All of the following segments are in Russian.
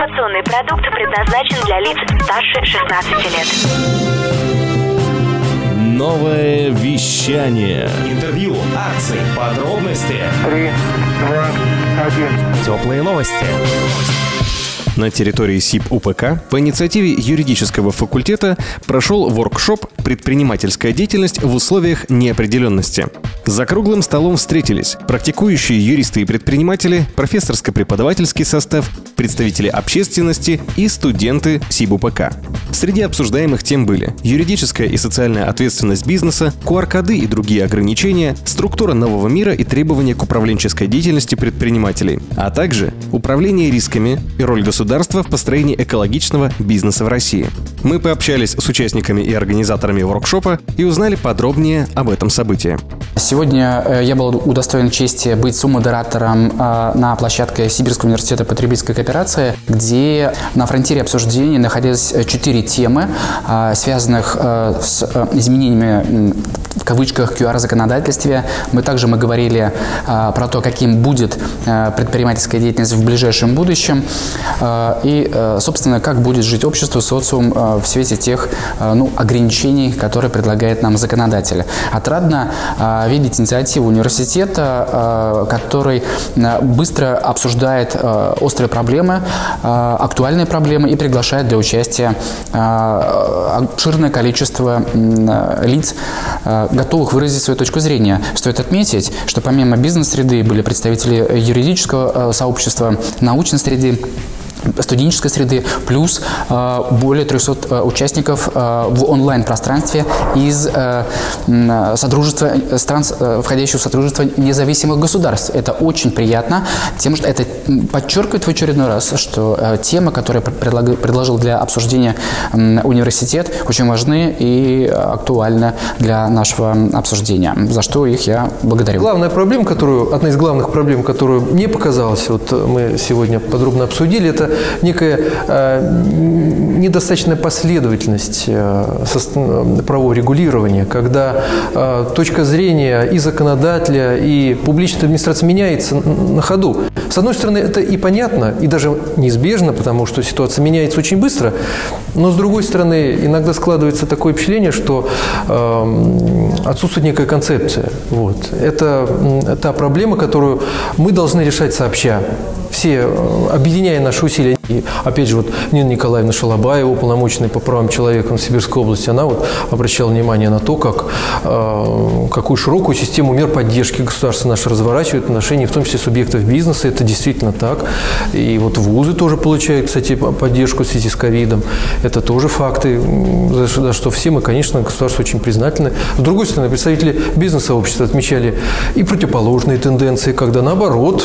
Информационный продукт предназначен для лиц старше 16 лет. Новое вещание. Интервью, акции, подробности. 3, 2, 1. Теплые новости. На территории СИБ УПК по инициативе юридического факультета прошел воркшоп «Предпринимательская деятельность в условиях неопределенности». За круглым столом встретились практикующие юристы и предприниматели, профессорско-преподавательский состав, представители общественности и студенты СИБ УПК. Среди обсуждаемых тем были юридическая и социальная ответственность бизнеса, QR-коды и другие ограничения, структура нового мира и требования к управленческой деятельности предпринимателей, а также управление рисками и роль государства в построении экологичного бизнеса в России. Мы пообщались с участниками и организаторами воркшопа и узнали подробнее об этом событии. Сегодня я был удостоен чести быть сомодератором на площадке Сибирского университета потребительской кооперации, где на фронтире обсуждений находились 4 темы, связанных с изменениями в кавычках QR-законодательстве. Мы говорили про то, каким будет предпринимательская деятельность в ближайшем будущем и, собственно, как будет жить общество, социум в свете тех ограничений, которые предлагает нам законодатель. Отрадно видеть инициативу университета, который быстро обсуждает острые проблемы, актуальные проблемы и приглашает для участия обширное количество лиц, готовых выразить свою точку зрения. Стоит отметить, что помимо бизнес-среды были представители юридического сообщества, научной среды, студенческой среды, плюс более 300 участников в онлайн-пространстве из Содружества стран, входящих в Содружество независимых государств. Это очень приятно, тем, что это подчеркивает в очередной раз, что темы, которые предложил для обсуждения университет, очень важны и актуальны для нашего обсуждения, за что их я благодарю. Главная проблема, одна из главных проблем, которую мне показалось, мы сегодня подробно обсудили, это некая недостаточная последовательность правового регулирования, когда точка зрения и законодателя, и публичной администрации меняется на ходу. С одной стороны, это и понятно, и даже неизбежно, потому что ситуация меняется очень быстро, но с другой стороны, иногда складывается такое впечатление, что отсутствует некая концепция. Это та проблема, которую мы должны решать сообща. Все, объединяя наши усилия. И, опять же, Нина Николаевна Шалабаева, уполномоченная по правам человека в Сибирской области, она обращала внимание на то, какую широкую систему мер поддержки государство наше разворачивает в отношении, в том числе, субъектов бизнеса. Это действительно так. И вузы тоже получают, кстати, поддержку в связи с ковидом. Это тоже факты, за что все мы, конечно, государству очень признательны. С другой стороны, представители бизнес-сообщества отмечали и противоположные тенденции, когда наоборот,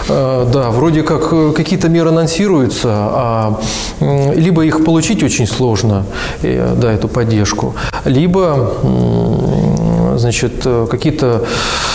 вроде как какие-то меры анонсируются, либо их получить очень сложно, эту поддержку, либо, какие-то,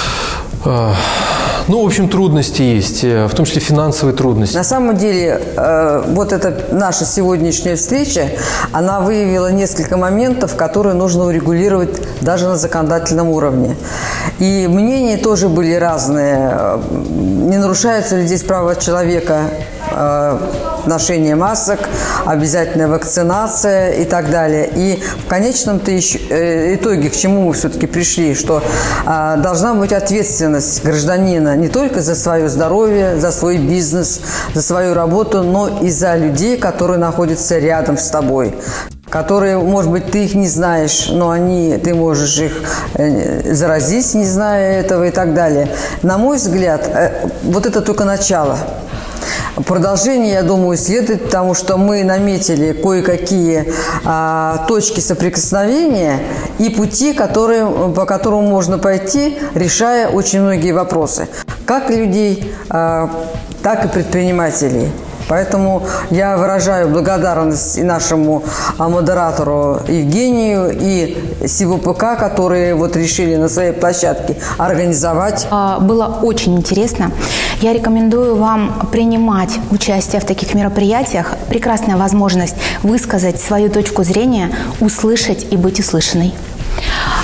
в общем, трудности есть, в том числе финансовые трудности. На самом деле, эта наша сегодняшняя встреча, она выявила несколько моментов, которые нужно урегулировать даже на законодательном уровне. И мнения тоже были разные. Не нарушаются ли здесь права человека, ношение масок, обязательная вакцинация и так далее. И в конечном итоге, к чему мы все-таки пришли, что должна быть ответственность гражданина не только за свое здоровье, за свой бизнес, за свою работу, но и за людей, которые находятся рядом с тобой, которые, может быть, ты их не знаешь, но ты можешь их заразить, не зная этого и так далее. На мой взгляд, это только начало. Продолжение, я думаю, следует, потому что мы наметили кое-какие точки соприкосновения и пути, по которым можно пойти, решая очень многие вопросы. Как людей, так и предпринимателей. Поэтому я выражаю благодарность и нашему модератору Евгению, и СИБ УПК, которые решили на своей площадке организовать. Было очень интересно. Я рекомендую вам принимать участие в таких мероприятиях. Прекрасная возможность высказать свою точку зрения, услышать и быть услышанной.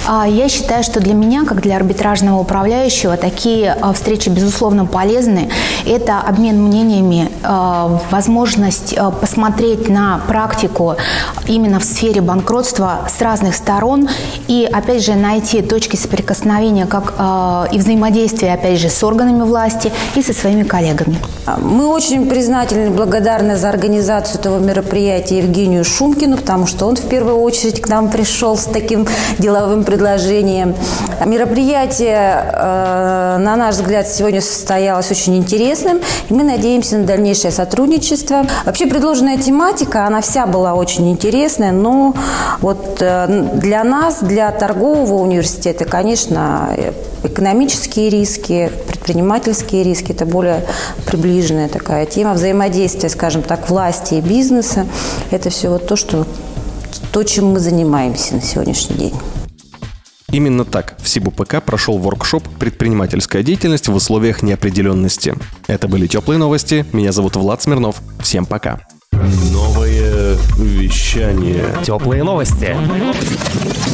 Я считаю, что для меня, как для арбитражного управляющего, такие встречи, безусловно, полезны. Это обмен мнениями, возможность посмотреть на практику именно в сфере банкротства с разных сторон и, опять же, найти точки соприкосновения как и взаимодействия, опять же, с органами власти и со своими коллегами. Мы очень признательны и благодарны за организацию этого мероприятия Евгению Шумкину, потому что он в первую очередь к нам пришел с таким деловым предложением. Мероприятие, на наш взгляд, сегодня состоялось очень интересным, и мы надеемся на дальнейшее сотрудничество. Вообще предложенная тематика, она вся была очень интересная, но вот для нас, для торгового университета, конечно, экономические риски, предпринимательские риски – это более приближенная такая тема. Взаимодействие, скажем так, власти и бизнеса – это все вот то, чем мы занимаемся на сегодняшний день. Именно так в СИБ УПК прошел воркшоп «Предпринимательская деятельность в условиях неопределенности». Это были теплые новости. Меня зовут Влад Смирнов. Всем пока. Новое вещание. Теплые новости.